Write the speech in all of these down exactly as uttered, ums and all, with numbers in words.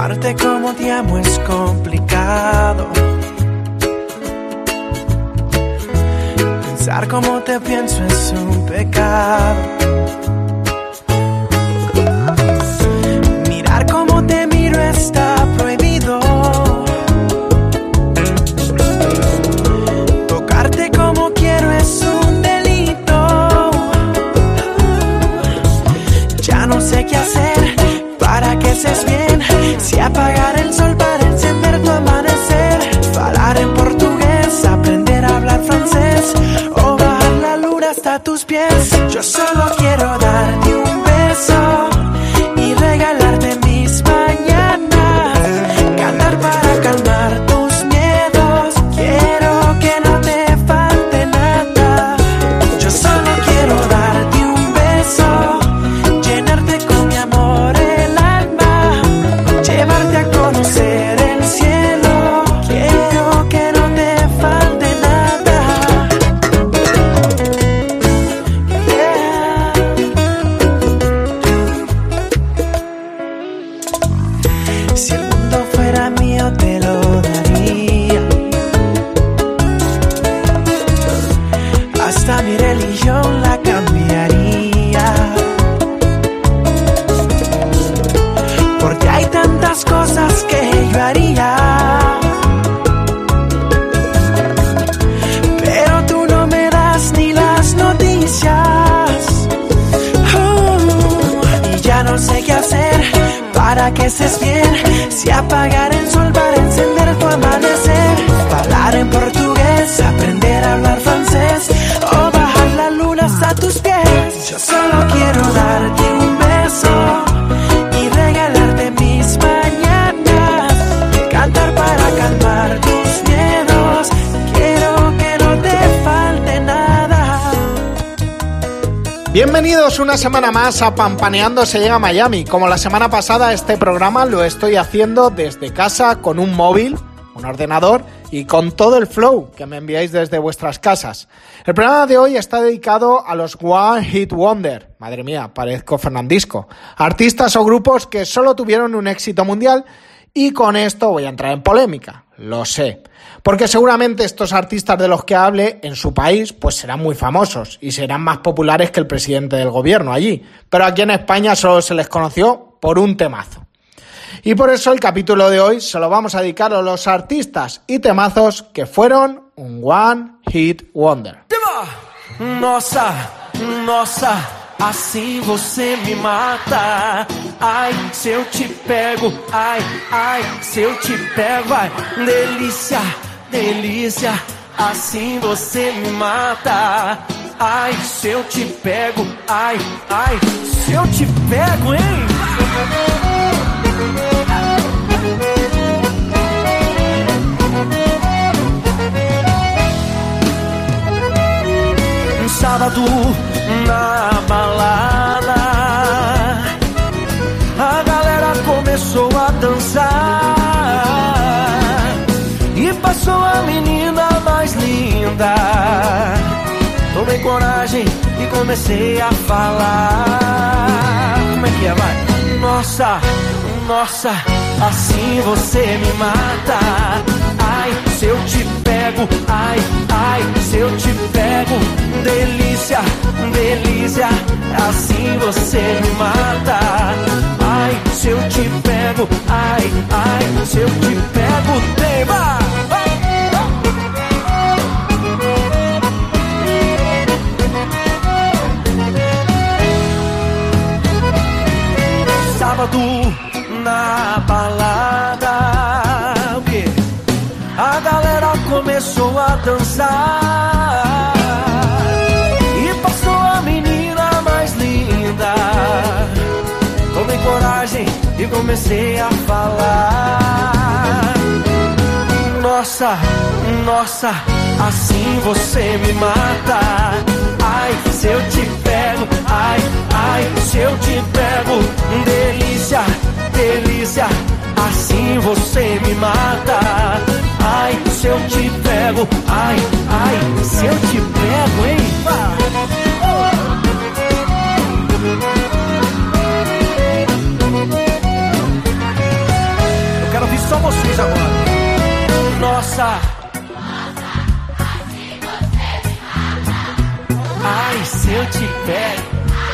Amarte como te amo es complicado. Pensar como te pienso es un pecado. Mirar como te miro está prohibido. Tocarte como quiero es un delito. Ya no sé qué hacer para que estés bien. Si apagar el sol para encender tu amanecer. Hablar en portugués, aprender a hablar francés. O bajar la luna hasta tus pies. Yo solo quiero darte un beso y regalarte mis mañanas. Cantar para calmar tus miedos. Quiero que no te falte nada. Yo solo quiero darte un beso, llenarte con mi amor el alma, llevarte a conocer el cielo. Quiero que no te falte nada. Yeah. Si el mundo fuera mío te lo daría. Hasta mi religión la cambiaría. Porque hay tantas cosas que yo haría, pero tú no me das ni las noticias. Uh, y ya no sé qué hacer para que estés bien. Si apagar el sol para encender tu amanecer. Hablar en portugués, aprender a hablar francés. O bajar la luna hasta tus pies. Yo solo quiero darte un beso y regalarte mis mañanas. Cantar para calmar tus miedos. Quiero que no te falte nada. Bienvenidos una semana más a Pampaneando se llega a Miami. Como la semana pasada, este programa lo estoy haciendo desde casa con un móvil, un ordenador y con todo el flow que me enviáis desde vuestras casas. El programa de hoy está dedicado a los One Hit Wonder. Madre mía, parezco Fernandisco. Artistas o grupos que solo tuvieron un éxito mundial, y con esto voy a entrar en polémica, lo sé. Porque seguramente estos artistas de los que hable en su país pues serán muy famosos y serán más populares que el presidente del gobierno allí. Pero aquí en España solo se les conoció por un temazo. Y por eso el capítulo de hoy se lo vamos a dedicar a los artistas y temazos que fueron un One Hit Wonder. Nossa, nossa, assim você me mata. Ai, se eu te pego, ai, ai, se eu te pego, ai, delícia, delícia, assim você me mata. Ai, se eu te pego, ai, ai, se eu te pego, hein? Um sábado na balada, a galera começou a dançar e passou a menina mais linda. Tomei coragem e comecei a falar. Como é que é, vai? Nossa, nossa, assim você me mata. Ai, se eu te pego, ai, ai, se eu te pego, delícia, delícia, assim você me mata. Ai, se eu te pego, ai, ai, se eu te pego, tema. Sábado na balada, a galera começou a dançar e passou a menina mais linda. Tomei coragem e comecei a falar. Nossa, nossa, assim você me mata. Ai, se eu te pego, ai, ai, se eu te pego, delícia, delícia, assim você me mata. Ai, se eu te pego, ai, ai, se eu te pego, hein? se eu te pego.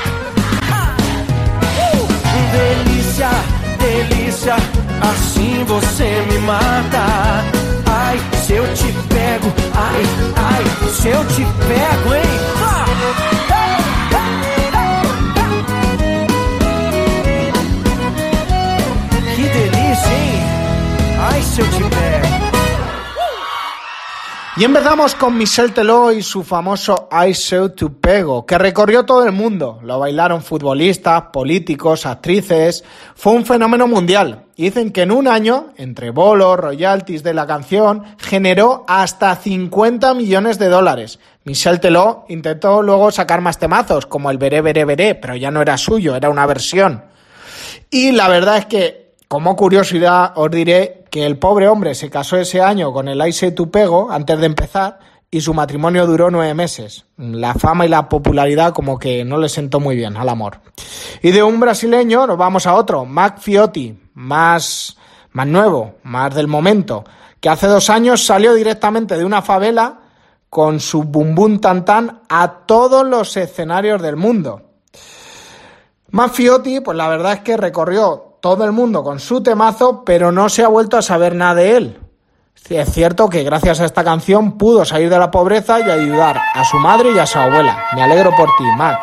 Delícia, delícia, assim você me mata. Ai, se eu te pego, ai, ai, se eu te pego, hein? Que delícia, hein? Ai, se eu te pego. Y empezamos con Michel Teló y su famoso I Show to Pego, que recorrió todo el mundo. Lo bailaron futbolistas, políticos, actrices. Fue un fenómeno mundial. Y dicen que en un año, entre bolos, royalties de la canción, generó hasta cincuenta millones de dólares. Michel Teló intentó luego sacar más temazos, como el Veré, Veré, Veré, pero ya no era suyo, era una versión. Y la verdad es que, como curiosidad, os diré que el pobre hombre se casó ese año con el I Say to Pego antes de empezar y su matrimonio duró nueve meses. La fama y la popularidad como que no le sentó muy bien al amor. Y de un brasileño nos vamos a otro, Mac Fiotti, más, más nuevo, más del momento, que hace dos años salió directamente de una favela con su bum bum tan tan a todos los escenarios del mundo. Mac Fiotti, pues la verdad es que recorrió todo el mundo con su temazo, pero no se ha vuelto a saber nada de él. Es cierto que gracias a esta canción pudo salir de la pobreza y ayudar a su madre y a su abuela. Me alegro por ti, Mac.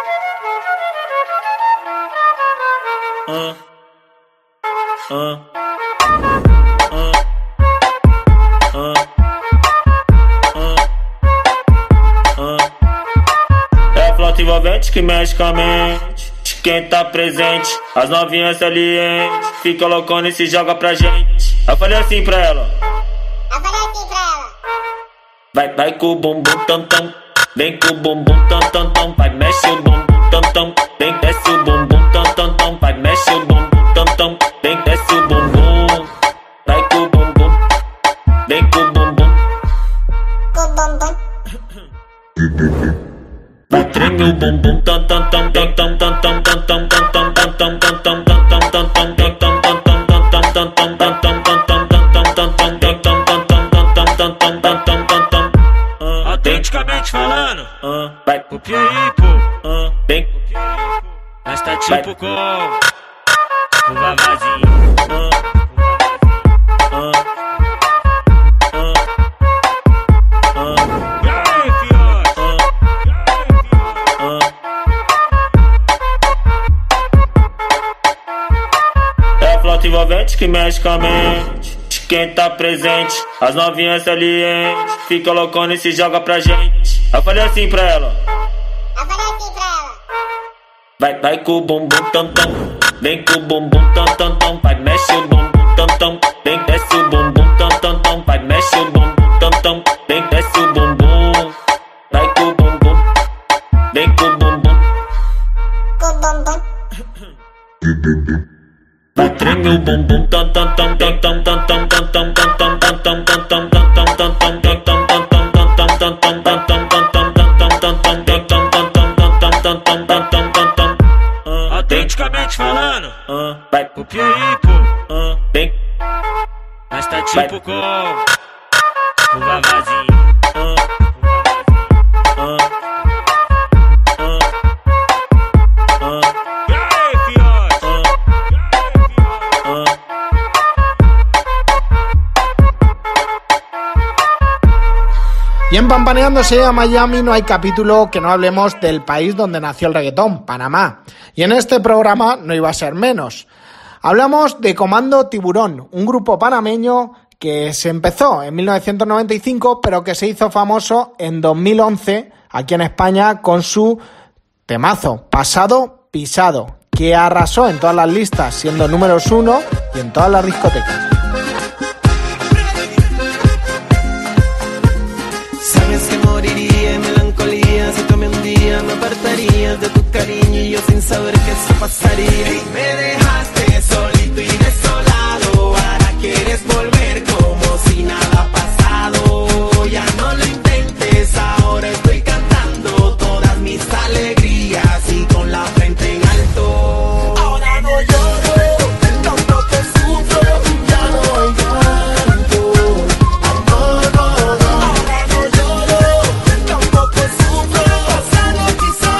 Uh, uh, uh, uh, uh, uh. É flauta envolvente que mexe com a mente. Quem tá presente, as novinhas salientes, fica loucona e se joga pra gente. Eu falei assim pra ela. Eu falei assim pra ela. Vai, vai com o bumbum tam tam, vem com o bumbum tam tam tam, vai mexe o bumbum tam tam, vem desce o bumbum tam tam tam, vai mexe o bumbum tam tam, vem desce o bumbum, vai com o bumbum, vem com o bumbum, Com o bumbum. vai treme o bumbum tam tam tam tam tam tam tam tam tam tam tam tam tam tam tam tam tam tam autenticamente falando, vai copia aí, pô, vem, nós tá tipo com o Vavazinho. Envolvente que mexe com a mente. Quem tá presente, as novinhas salientes, fica loucona e se joga pra gente. Eu falei assim pra ela. Eu falei assim pra ela. Vai, vai com o bumbum tam tam, vem com o bumbum tam tam tam, vai mexe o bumbum tam tam, vem desce o bumbum tam tam tam, vai mexe o bumbum tam tam, vem desce o bumbum, vai com o bumbum, vem com o bumbum, Com o bumbum. vai treme o bumbum tam tam tam tam tam tam tam tam tam tam tam tam tam tam tam tam tam tam. Autenticamente falando, vai copia aí, pô, vem, nós tá tipo com o Vavazinho. Y en Pampaneando se llama Miami no hay capítulo que no hablemos del país donde nació el reggaetón, Panamá. Y en este programa no iba a ser menos. Hablamos de Comando Tiburón, un grupo panameño que se empezó en mil novecientos noventa y cinco, pero que se hizo famoso en dos mil once aquí en España con su temazo, Pasado Pisado, que arrasó en todas las listas, siendo números uno y en todas las discotecas. Sabes que moriría en melancolía si tú me un día me apartarías de tu cariño y yo sin saber que eso pasaría. Y me dejaste solito y desolado, ahora quieres volver como si nada ha pasado. Ya no lo intentes, ahora estoy cantando todas mis alegrías y con la frente en alto. Ahora no lloro, tampoco sufro, ya no hay llanto. Amor, no, no. Ahora no lloro, tampoco sufro. Pasado quizás.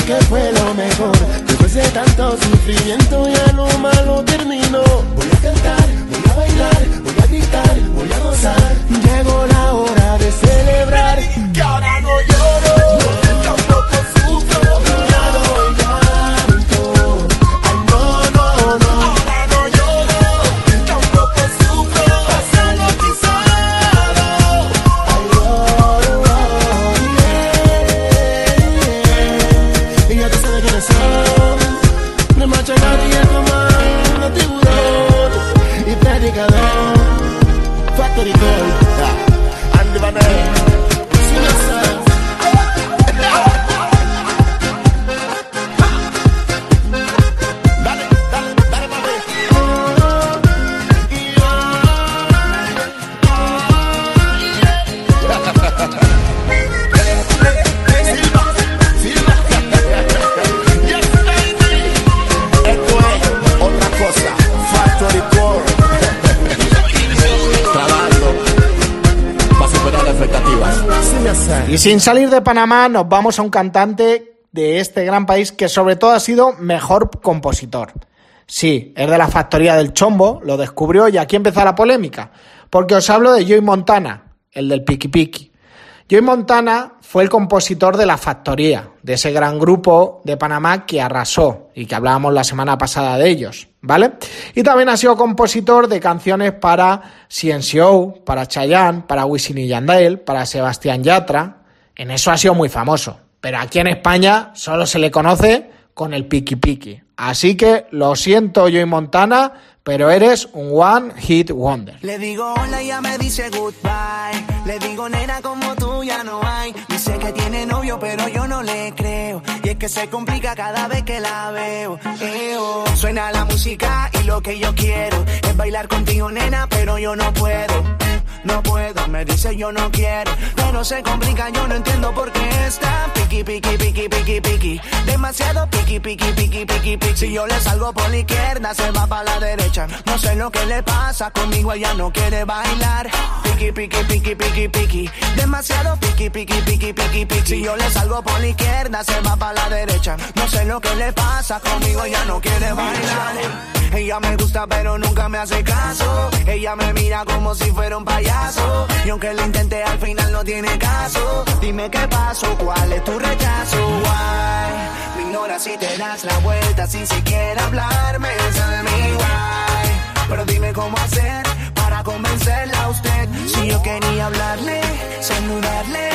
que fue lo mejor. Después de tanto sufrimiento ya lo malo terminó. Voy a cantar, voy a bailar, voy a gritar, voy a gozar. Llegó la hora de celebrar. Que ahora no lloro, tampoco sufro. Ya no llanto. Ay, no, no, no. Ahora no lloro, tampoco sufro. Pasa hipnotizado. Ay, oh, oh, yeah. Y ya tú sabes quiénes son. De machacar y el comando tiburón. Y predicador. Factory Gold. Andy Van Eyck. Y sin salir de Panamá nos vamos a un cantante de este gran país que sobre todo ha sido mejor compositor. Sí, es de la factoría del Chombo, lo descubrió y aquí empieza la polémica, porque os hablo de Joey Montana, el del Piki Piki. Joey Montana fue el compositor de La Factoría, de ese gran grupo de Panamá que arrasó y que hablábamos la semana pasada de ellos, ¿vale? Y también ha sido compositor de canciones para C N C O, para Chayanne, para Wisin y Yandel, para Sebastián Yatra. En eso ha sido muy famoso, pero aquí en España solo se le conoce con el Piki Piki. Así que lo siento, Joey Montana, pero eres un one hit wonder. Le digo hola y ya me dice goodbye. Le digo nena como tú ya no hay. Dice que tiene novio pero yo no le creo. Y es que se complica cada vez que la veo. Eo. Suena la música y lo que yo quiero es bailar contigo nena pero yo no puedo. No puedo, me dice yo no quiero, pero se complica, yo no entiendo por qué está piqui, piqui, piqui, piqui, piqui, demasiado piqui, piqui, piqui, piqui, piqui. Si yo le salgo por la izquierda, se va para la derecha. No sé lo que le pasa, conmigo ella no quiere bailar. Piqui, piqui, piqui, piqui, piqui, demasiado piqui, piqui, piqui, piqui, piqui. Si yo le salgo por la izquierda, se va para la derecha. No sé lo que le pasa, conmigo ella no quiere bailar. Ella me gusta pero nunca me hace caso. Ella me mira como si fuera un payaso. Y aunque lo intenté al final no tiene caso. Dime qué pasó, cuál es tu rechazo. Why? Me ignoras si te das la vuelta sin siquiera hablarme. Tell me why. Pero dime cómo hacer para convencerla a usted. Si yo quería hablarle, saludarle,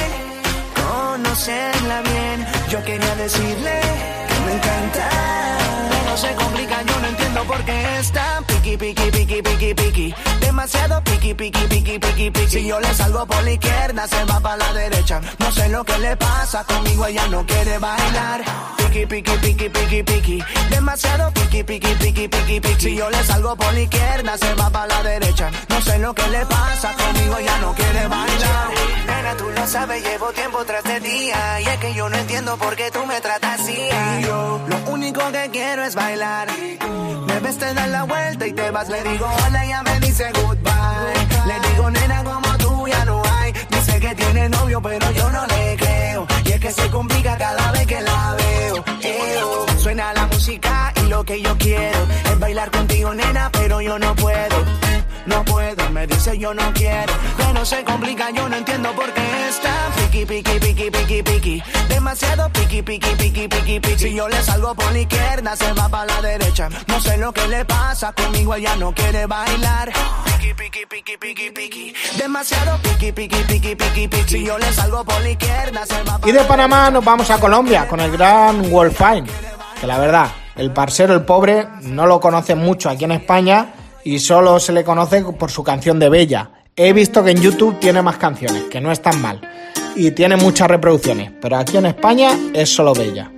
conocerla bien. Yo quería decirle que me encanta. No se complica, yo no entiendo por qué está piqui, piqui, piqui, piqui, piqui, demasiado piqui, piqui, piqui, piqui, piqui. Si yo le salgo por la izquierda, se va para la derecha. No sé lo que le pasa, conmigo ella no quiere bailar. Piqui, piqui, piqui, piqui, piqui, demasiado piqui, piqui, piqui, piqui, piqui. Si yo le salgo por la izquierda, se va para la derecha. No sé lo que le pasa, conmigo ella no quiere bailar. Nena, tú lo sabes, llevo tiempo tras de día. Y es que yo no entiendo por qué tú me tratas así. Y yo lo único que quiero es bailar. Me ves, te das la vuelta y te vas. Le digo hola y ya me dice goodbye. Le digo nena como tú ya no hay. Dice que tiene novio pero yo no le creo. Y es que se complica cada vez que la veo. Eo. Suena la música y lo que yo quiero es bailar contigo nena pero yo no puedo. No puedo, me dice yo no quiero. Pero se complica, yo no entiendo por qué está piqui, piqui, piqui, piqui, piqui, demasiado piqui, piqui, piqui, piqui, piqui. Si yo le salgo por la izquierda, se va para la derecha. No sé lo que le pasa, conmigo ella no quiere bailar. Piqui, piqui, piqui, piqui, piqui, demasiado piqui, piqui, piqui, piqui, piqui. Si yo le salgo por la izquierda, se va para. Y de Panamá nos vamos a Colombia con el gran Wolfine, que la verdad, el parcero, el pobre, no lo conocen mucho aquí en España y solo se le conoce por su canción de Bella. He visto que en YouTube tiene más canciones, que no están mal, y tiene muchas reproducciones, pero aquí en España es solo Bella.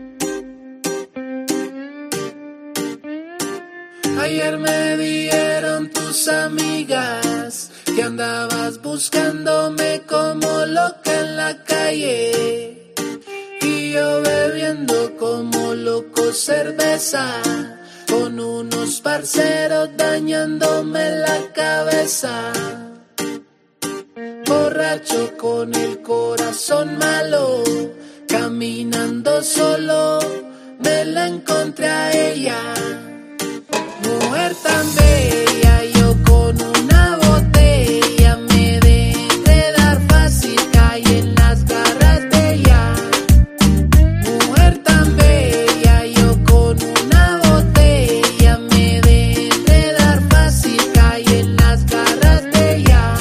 Ayer me dijeron tus amigas que andabas buscándome como loca en la calle, y yo bebiendo como loco cerveza con unos parceros dañándome la cabeza. Borracho con el corazón malo, caminando solo me la encontré a ella. Mujer tan bella, yo con una botella me dejé enredar fácil, caí en las garras de ella. Mujer tan bella, yo con una botella me dejé enredar fácil, caí en las garras de ella.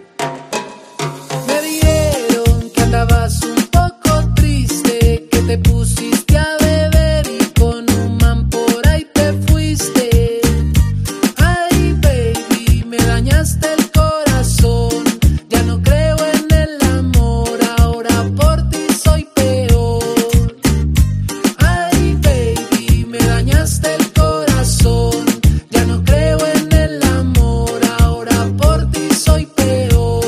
Me dijeron que andabas un poco triste, que te pusiste a beber y con un man por ahí te fuiste. Ay, baby, me dañaste el corazón. Ya no creo en el amor, ahora por ti soy peor. Ay, baby, me dañaste el corazón. Ya no creo en el amor, ahora por ti soy peor.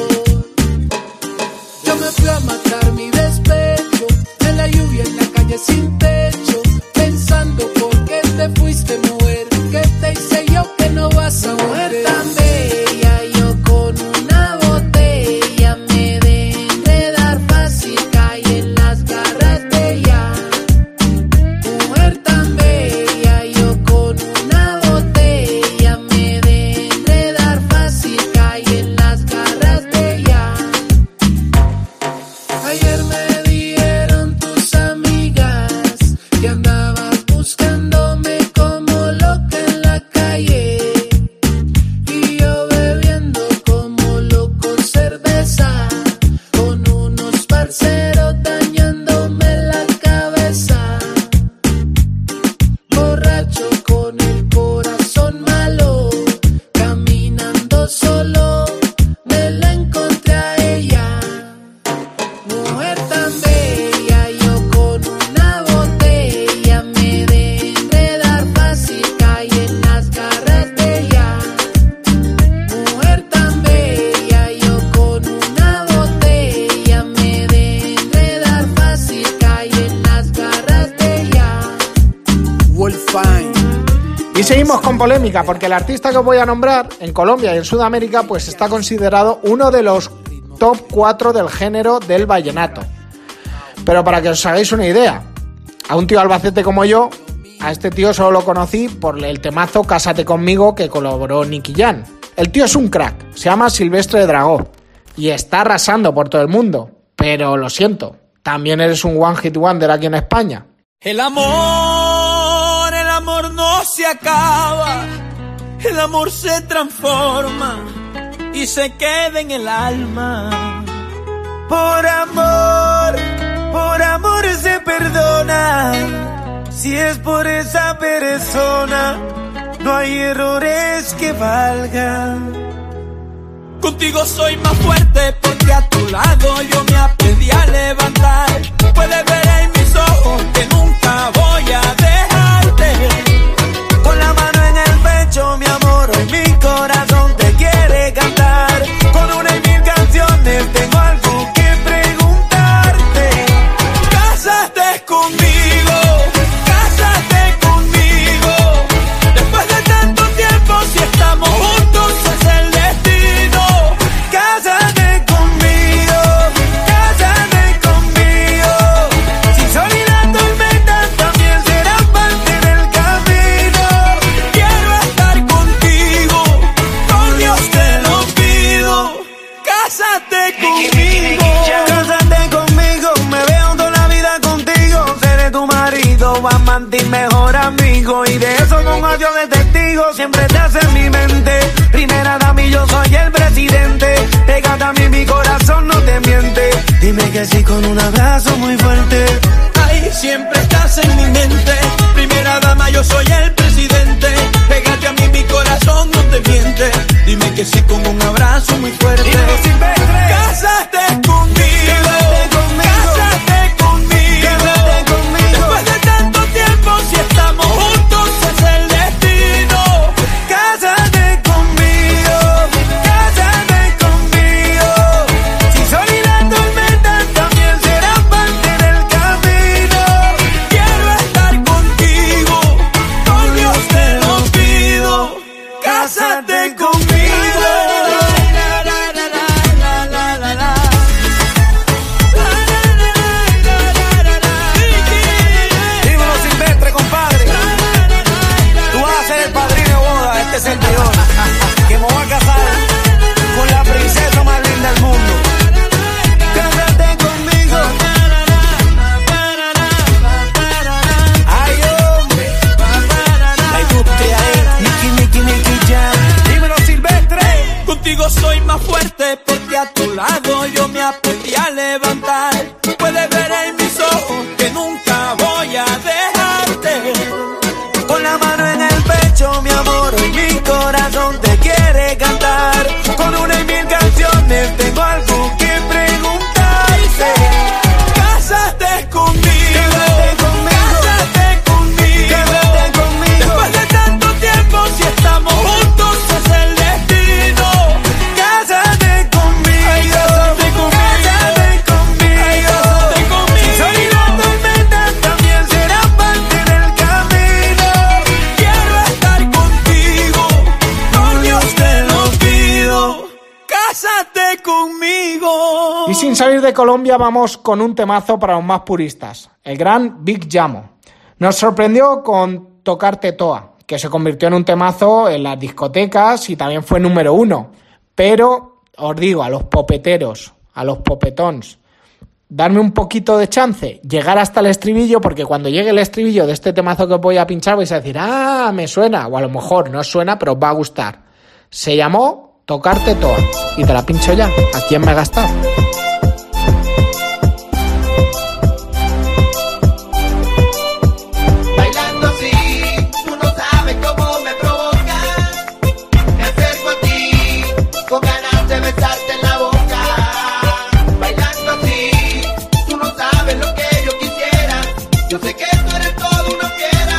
Yo me fui a matar mi despecho, en la lluvia, en la calle sin techo, pensando por qué te fuiste, mujer. ¿Qué te hice yo que no vas a mujer tan bella? Yo con una botella me dejé enredar fácil, caí en las garras de ella. Mujer tan bella, yo con una botella me dejé enredar fácil, caí en las garras de ella. Ayer me dijeron tus amigas que andabas buscándome como loca en la calle, y yo bebiendo como loco cerveza, con unos parceros dañándome la cabeza. Borracho con el corazón malo, caminando solo, me la encontré a ella. Mujer tan bella, yo con una botella me dejé enredar fácil, caí en las garras de ella. Mujer tan bella, yo con una botella me dejé enredar fácil, caí en las garras de ella. Wolfine. Y seguimos con polémica, porque el artista que os voy a nombrar en Colombia y en Sudamérica pues está considerado uno de los top cuatro del género del vallenato. Pero para que os hagáis una idea, a un tío albacete como yo, a este tío solo lo conocí por el temazo Cásate conmigo que colaboró Nicky Jam. El tío es un crack, se llama Silvestre Dragó y está arrasando por todo el mundo. Pero lo siento, también eres un one hit wonder aquí en España. El amor, el amor no se acaba, el amor se transforma y se queda en el alma. Por amor, por amor se perdona. Si es por esa persona, no hay errores que valgan. Contigo soy más fuerte porque a tu lado yo me aprendí a levantar. Puedes ver en mis ojos que nunca voy a dejarte. Con la mano en el pecho, mi amor, hoy mi corazón te quiere cantar. Con una y mil canciones tengo algo que preguntarte. Cásate conmigo, cásate conmigo. Después de tanto tiempo, si estamos juntos es el destino. Cásate conmigo, cásate conmigo. Si sol y la tormenta también serán parte del camino. Quiero estar contigo, con Dios te lo pido. Cásate conmigo. Cásate conmigo, me veo toda la vida contigo. Seré tu marido, amante y mejor amigo. Y de eso con adiós de testigo, siempre te hace en mi mente. Primera dama y yo soy el presidente. Pégate a mí, mi corazón no te miente. Dime que sí con un abrazo muy fuerte. Ay, siempre estás en mi mente. Primera dama, yo soy el presidente. Pégate a mí, mi corazón no te miente. Dime que sí con un abrazo muy fuerte. Cásate conmigo, cásate conmigo. Después de tanto tiempo, si estamos juntos es el destino. Cásate conmigo, cásate conmigo. Si sol y la tormenta también serán parte del camino. Quiero estar contigo, con Dios te lo pido. Cásate conmigo. sin salir de Colombia vamos con un temazo para los más puristas, el gran Big Llamo. Nos sorprendió con Tocarte Toa, que se convirtió en un temazo en las discotecas y también fue número uno. Pero os digo, a los popeteros, a los popetons, darme un poquito de chance, llegar hasta el estribillo, porque cuando llegue el estribillo de este temazo que os voy a pinchar vais a decir, ah, me suena, o a lo mejor no os suena, pero os va a gustar. Se llamó Tocarte Toa, y te la pincho ya, aquí en Megastar. Bailando así, tú no sabes cómo me provocas. Me acerco a ti, con ganas de besarte en la boca. Bailando así, tú no sabes lo que yo quisiera. Yo sé que tú eres todo una fiera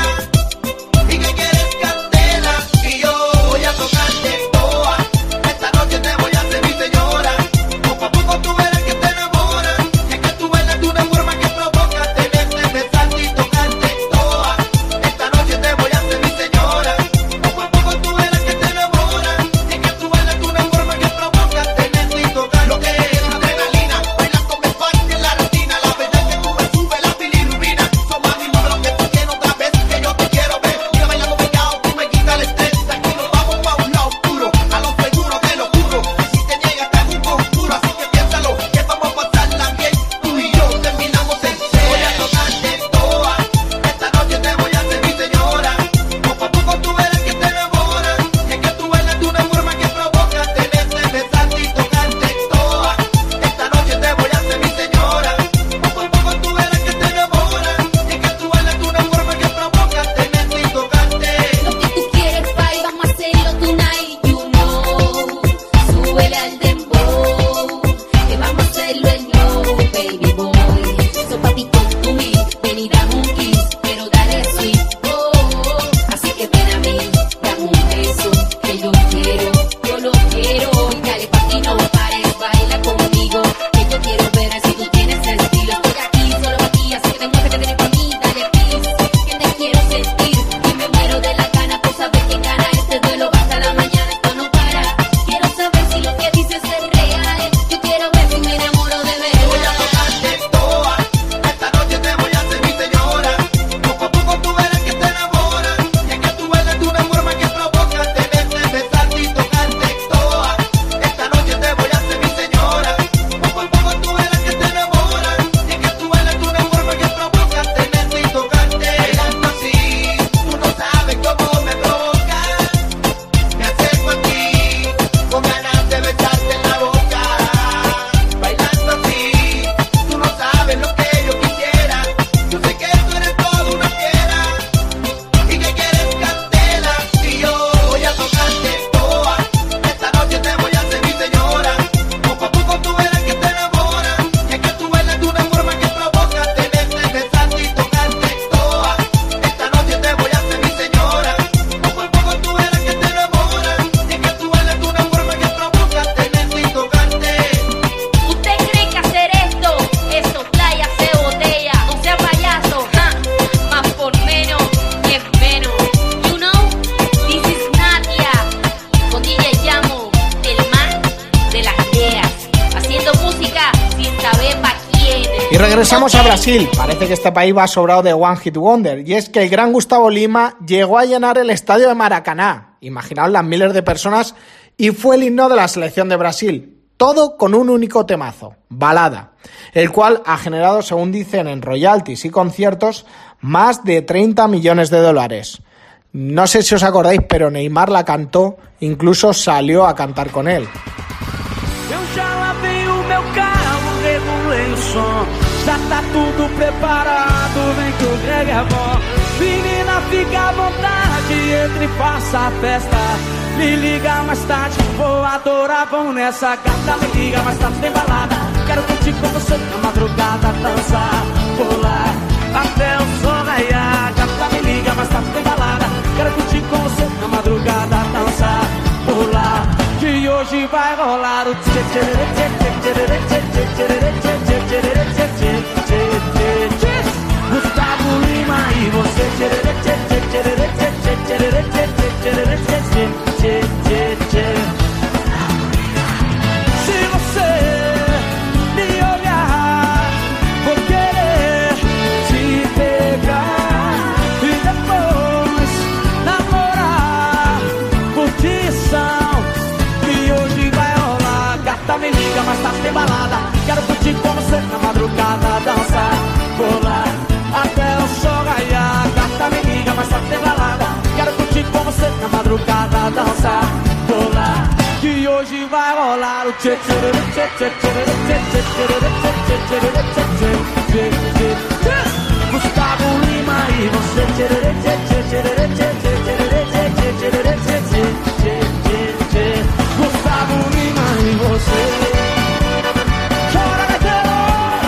y que quieres candela. Y yo voy a tocarte toa. Esta noche te voy a hacer mi señora. Poco a poco tú verás que te enamoras. Y es que tú bailas de una forma que provoca tenerte, besarte y tocarte toa. Esta noche te voy a hacer mi señora. Poco a poco tú verás que te enamoras. Y es que tú bailas de una forma que provoca tenerte y tocarte. Lo que es adrenalina, bailando me parte en la rutina. La verdad es que tú me subes la bilirrubina. Son más mi lo que tú tienes otra vez, que yo te quiero ver. Mira bailando pegado, tú me quitas el estrés. Aquí nos vamos pa' un lado oscuro, a lo seguro te lo juro. Y si te niegas te hago un conjuro, así que piénsalo, que vamos a pasarla bien. Tú y yo terminamos en C. Voy a tocarte toa, esta noche te voy a hacer mi señora. Poco a poco tú verás que te enamoras. Y es que tú bailas de una forma que provoca tenerte, besarte y tocarte toa. Esta noche te voy a hacer mi señora. Poco a poco tú verás que te enamoras. Y es que tú bailas de una forma que provoca tenerte y tocarte. Lo que tú quieres, bye, vamos a hacerlo tonight, you know. Súbele al dembow, que vamos a hacerlo en low, baby boy. So papi, con tu mí, ven y dame un kiss, pero dale sweet, oh, oh. Así que ven a mí, dame un beso, que yo quiero, yo lo quiero. Y dale papi, no pares, baila conmigo, que yo quiero ver si tú tienes estilo. Estoy aquí, solo aquí, así que demuestra que tienes pa' mí, dale please, que te quiero sentir. Y me muero de la gana por saber quién gana este duelo, va hasta la mañana, esto no para. Quiero saber si lo que dices es real, yo quiero ver si me enamoro de Voy a verdad. tocarte toa, esta noche te voy a hacer mi señora. Poco a poco tú verás que te enamoras. Y es que tú bailas de una forma que provoca tenerte, besarte y tocarte toa. Esta noche te voy a hacer mi señora. Poco a poco tú verás que te enamoras. Y es que tú bailas de una forma que provoca tenerte y tocarte. Bailando así, tú no sabes cómo me provoca. Me acerco a ti, con ganas de besarte en la boca. Bailando así, tú no sabes lo que yo quisiera. Yo sé que tú eres toda una fiera y que quieres candela. Y yo voy a tocarte toa. Esta noche te voy a hacer mi señora. Poco a poco tú verás que te enamoras. Y es que tú bailas de una forma que provoca tenerte, besarte y tocarte toa. Esta noche te voy a hacer mi señora. Poco a poco tú verás que te enamoras. Y es que tú bailas de una forma que provoca tenerte y tocarte. ¿Usted cree que hacer esto es playa, se botella? No sea payaso, ja, más por menos es menos. You know, this is Nadia, con D J Llamo, el man de las ideas, haciendo música sin saber pa' quién. Y regresamos a Brasil. Parece que este país va sobrado de One Hit Wonder. Y es que el gran Gustavo Lima llegó a llenar el estadio de Maracaná. Imaginaos las miles de personas y fue el himno de la selección de Brasil. Todo con un único temazo, Balada, el cual ha generado, según dicen en royalties y conciertos, más de treinta millones de dólares. No sé si os acordáis, pero Neymar la cantó, incluso salió a cantar con él. Eu já lavei o meu carro, regulei o som. Já tá tudo preparado, vem que o Greg é bom. Menina, fica à vontade, entre e faça a festa. Me liga mais tarde, vou adorar, vamos nessa gata. Me liga mais tarde, tem balada. Quero curtir com você na madrugada, dançar, pular até o sol raiar. Gata, me liga mais tarde, tem balada. Quero curtir com você na madrugada, dançar, pular. Que hoje vai rolar o tchê tchê tchê tchê tchê tchê tchê tchê tchê tchê tchê tchê tchê. Gustavo Lima e você tchê tchê tchê tchê tchê tchê tchê tchê tchê tchê tchê tchê. Se você me vai rolar o tchê tchê tchê tchê tchê tchê tchê tchê tchê tchê tchê. Gustavo Lima e você tchê tchê tchê tchê tchê tchê tchê tchê tchê tchê. Gustavo Lima e você. Chora, Negueiro!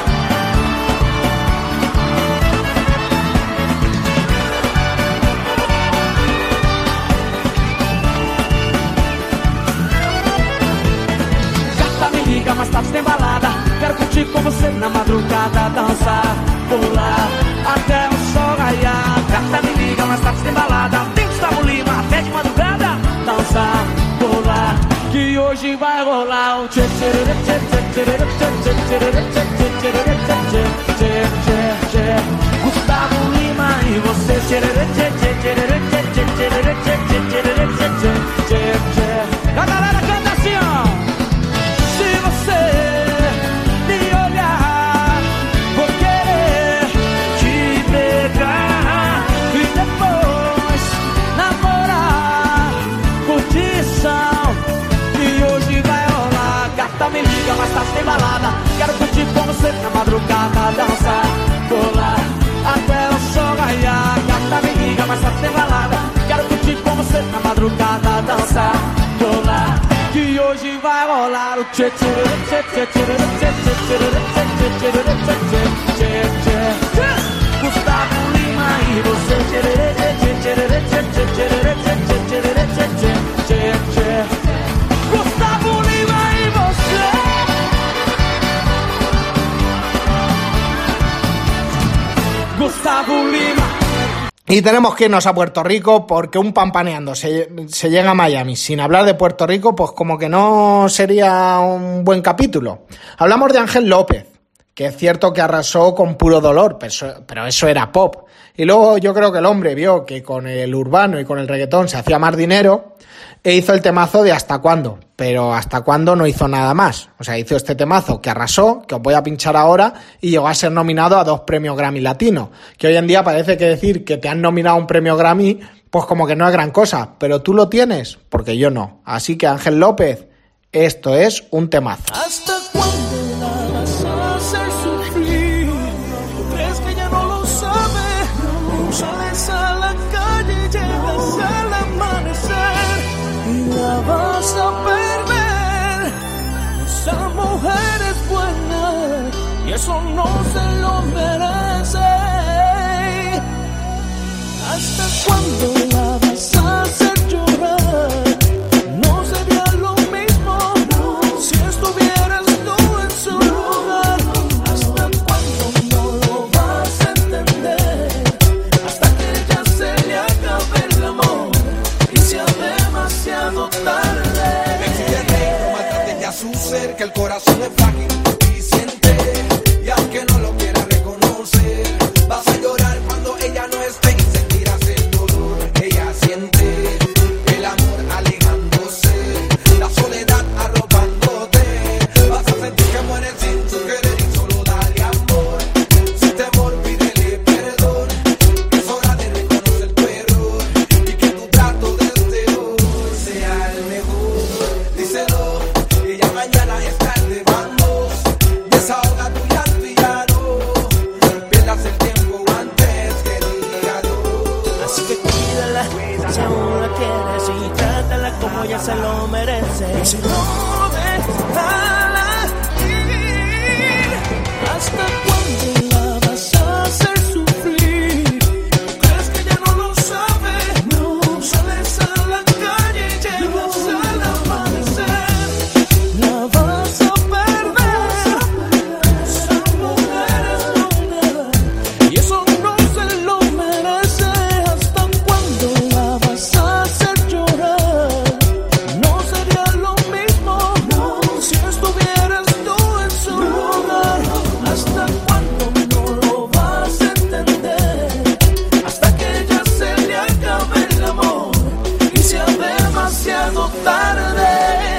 Gata, me liga, mas tá sem balada. Quero curtir com você na madrugada, dançar, pular até o sol raiar. Gata, me liga, mas tá sem balada. Tem Gustavo Lima até de madrugada, dançar, pular, que hoje vai rolar um tchê tchê tchê tchê tchê tchê tchê tchê tchê tchê tchê. Gustavo Lima e você tchê tchê tchê tchê tchê tchê tchê tchê tchê tchê. A galera canta assim, ó. Se você me olhar, vou querer te pegar e depois namorar, curtição, que hoje vai rolar. Gata, me liga, mas tá sem balada. Quero curtir com você na madrugada, dançar, pular até o sol raiar. Gata, me liga, mas tá sem balada. Quero curtir com você na madrugada, dançar, pular, que hoje vai rolar o tchê tchê tchê tchê tchê tchê tchê tchê tchê tchê. Gustavo Lima e você tchê tchê tchê tchê tchê tchê tchê tchê. Gustavo Lima e você. Gustavo Lima. Y tenemos que irnos a Puerto Rico porque un pampaneando se, se llega a Miami sin hablar de Puerto Rico, pues como que no sería un buen capítulo. Hablamos de Ángel López, que es cierto que arrasó con Puro Dolor, pero eso, pero eso era pop. Y luego yo creo que el hombre vio que con el urbano y con el reggaetón se hacía más dinero e hizo el temazo de Hasta Cuándo, pero Hasta Cuándo no hizo nada más. O sea, hizo este temazo que arrasó, que os voy a pinchar ahora, y llegó a ser nominado a dos premios Grammy Latino, que hoy en día parece que decir que te han nominado a un premio Grammy, pues como que no es gran cosa, pero tú lo tienes, porque yo no. Así que Ángel López, esto es un temazo. ¿Hasta cuándo la vas a hacer sufrir? ¿Crees que ya no lo sabe? No sales a la calle y llegas al amanecer y la vas a perder. Esa mujer es buena y eso no se lo merece. ¿Hasta cuándo la vas a hacer llorar? No sería lo mismo si estuvieras tú en su lugar. ¿Hasta cuándo no lo vas a entender? Hasta que ya se le acabe el amor y sea demasiado tarde. Existe, no maltrate ya su ser, que el corazón es frágil y siente, y aunque no lo quiera reconocer, vas a llorar cuando ella no esté y sentirás el dolor que ella siente, el amor alejándose, la soledad arropándote, vas a sentir que mueres sin tu querer y solo dale amor, sin temor pídele perdón, es hora de reconocer tu error y que tu trato desde hoy sea el mejor. Díselo, ella mañana está de bandos, desahoga tu llanto y ya no pierdas el tiempo antes que diga adiós. Así que cuídala, si aún la quieres, y trátala como ella se lo merece. Y si no, déjala ir. ¿Hasta cuándo la vas a hacer sufrir? ¿Crees que ya no lo sabe? No sales a la calle y llegas al amanecer. La vas a perder. Esa mujer es buena y eso no se lo merece. ¿Hasta cuándo la vas a hacer llorar? No sería lo mismo si estuvieras tú en su lugar. ¿Hasta cuándo no lo vas a entender? Hasta que ya se le acabe el amor y sea demasiado tarde.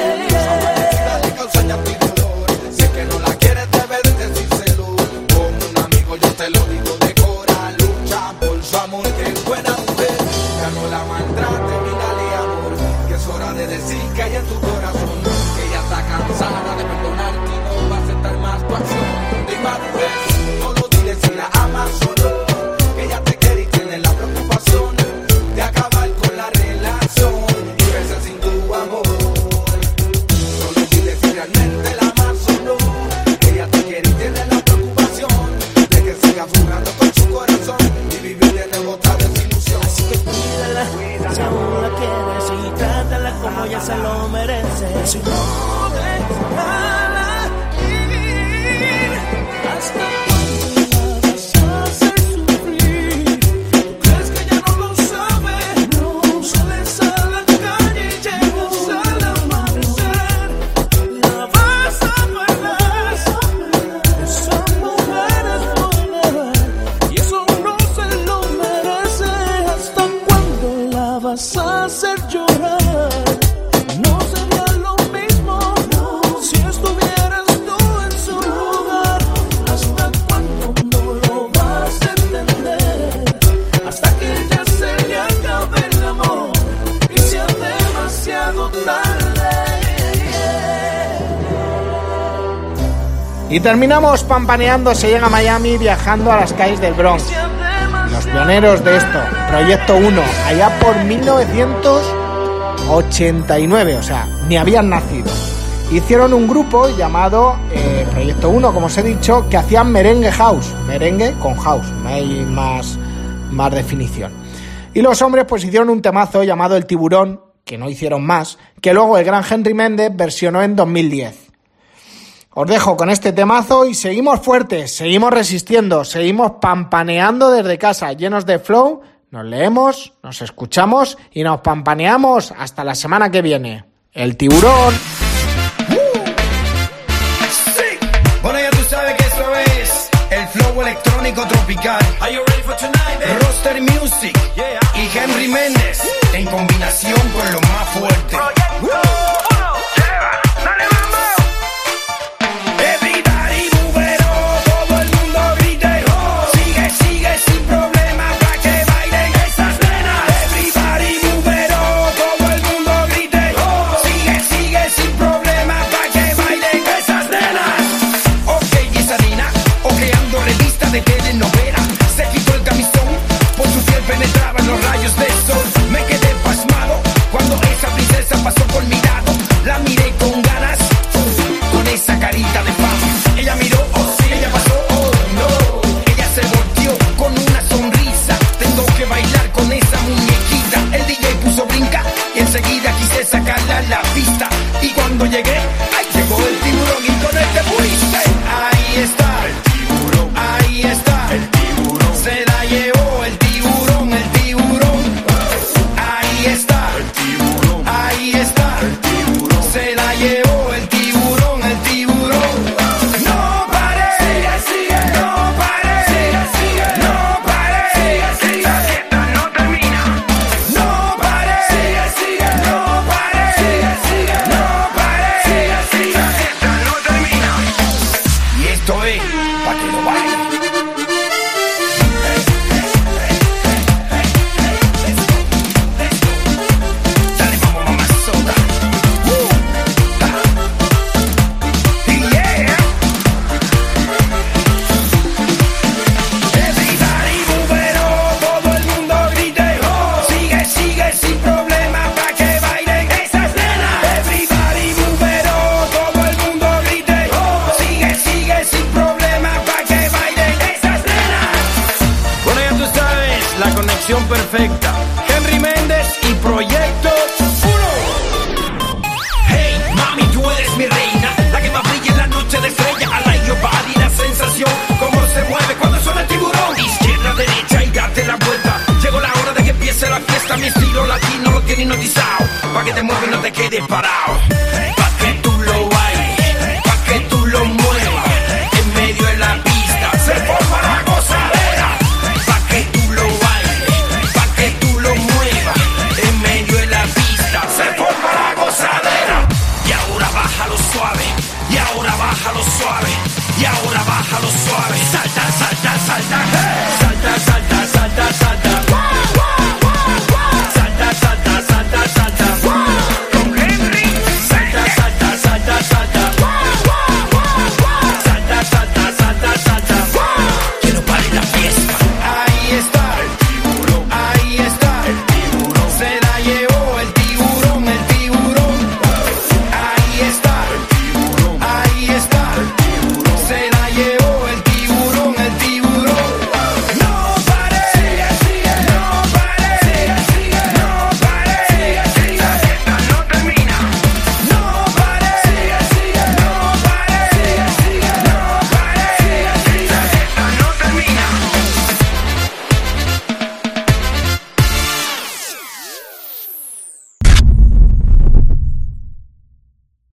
Le causa llanto y dolor, sé que no la quieres, debes de decírselo. Como un amigo yo te lo digo de cora, lucha por su amor, que es buena mujer. Ya no la maltrates ni dale amor, que es hora de decir que hay en tu corazón, que ella si no dejara ir. Hasta cuándo la vas a hacer sufrir. ¿Tú crees que ya no lo sabes? No sales a la calle y llegas al amanecer. La vas a perder. Esa mujer es buena y eso no se lo merece. ¿Hasta cuándo la vas a hacer llorar? No sería lo mismo si estuvieras tú en su lugar. ¿Hasta cuándo no lo vas a entender? Hasta que ya se le acabe el amor y sea demasiado tarde. Y terminamos pampaneando, se llega a Miami viajando a las calles del Bronx. Los pioneros de esto, Proyecto uno, allá por mil novecientos ochenta y nueve, o sea, ni habían nacido. Hicieron un grupo llamado eh, Proyecto uno, como os he dicho, que hacían merengue house, merengue con house, no hay más, más definición. Y los hombres pues hicieron un temazo llamado El Tiburón, que no hicieron más, que luego el gran Henry Méndez versionó en dos mil diez. Os dejo con este temazo y seguimos fuertes, seguimos resistiendo, seguimos pampaneando desde casa, llenos de flow. Nos leemos, nos escuchamos y nos pampaneamos hasta la semana que viene. El Tiburón. Sí. Bueno, ya tú sabes que eso es el flow electrónico tropical. Are you ready for tonight, baby? Roster Music, yeah, y Henry Méndez en combinación con lo más fuerte. La pista y cuando llegué, ay, llegó el tiburón y con él te fuiste. Ahí está el tiburón, ahí está el tiburón, se la llevó el tiburón, el tiburón. Ahí está el tiburón, ahí está el tiburón, se la llevó el tiburón, el tiburón. No pare, sigue, sigue, no pare, sigue, sigue, no pare, sigue, sigue, la fiesta no termina. No pare, sigue, sigue, no pare. Esto es pa' que lo bailen. Dale, vamos, mamazota. Uh, yeah. Everybody move, todo el mundo grite. Sigue, sigue sin problema pa' que bailen esas nenas. Everybody move, todo el mundo grite. Sigue, sigue sin problema pa' que bailen esas nenas. Bueno, ya tú sabes, la conexión perfecta. Henry Méndez y Proyecto uno. Hey, mami, tú eres mi reina, la que más brilla en la noche de estrella. I like your body, la sensación, cómo se mueve cuando suena el tiburón. Izquierda, derecha y date la vuelta. Llegó la hora de que empiece la fiesta. Mi estilo latino lo tiene hipnotizado, pa' que te muevas y no te quedes parado.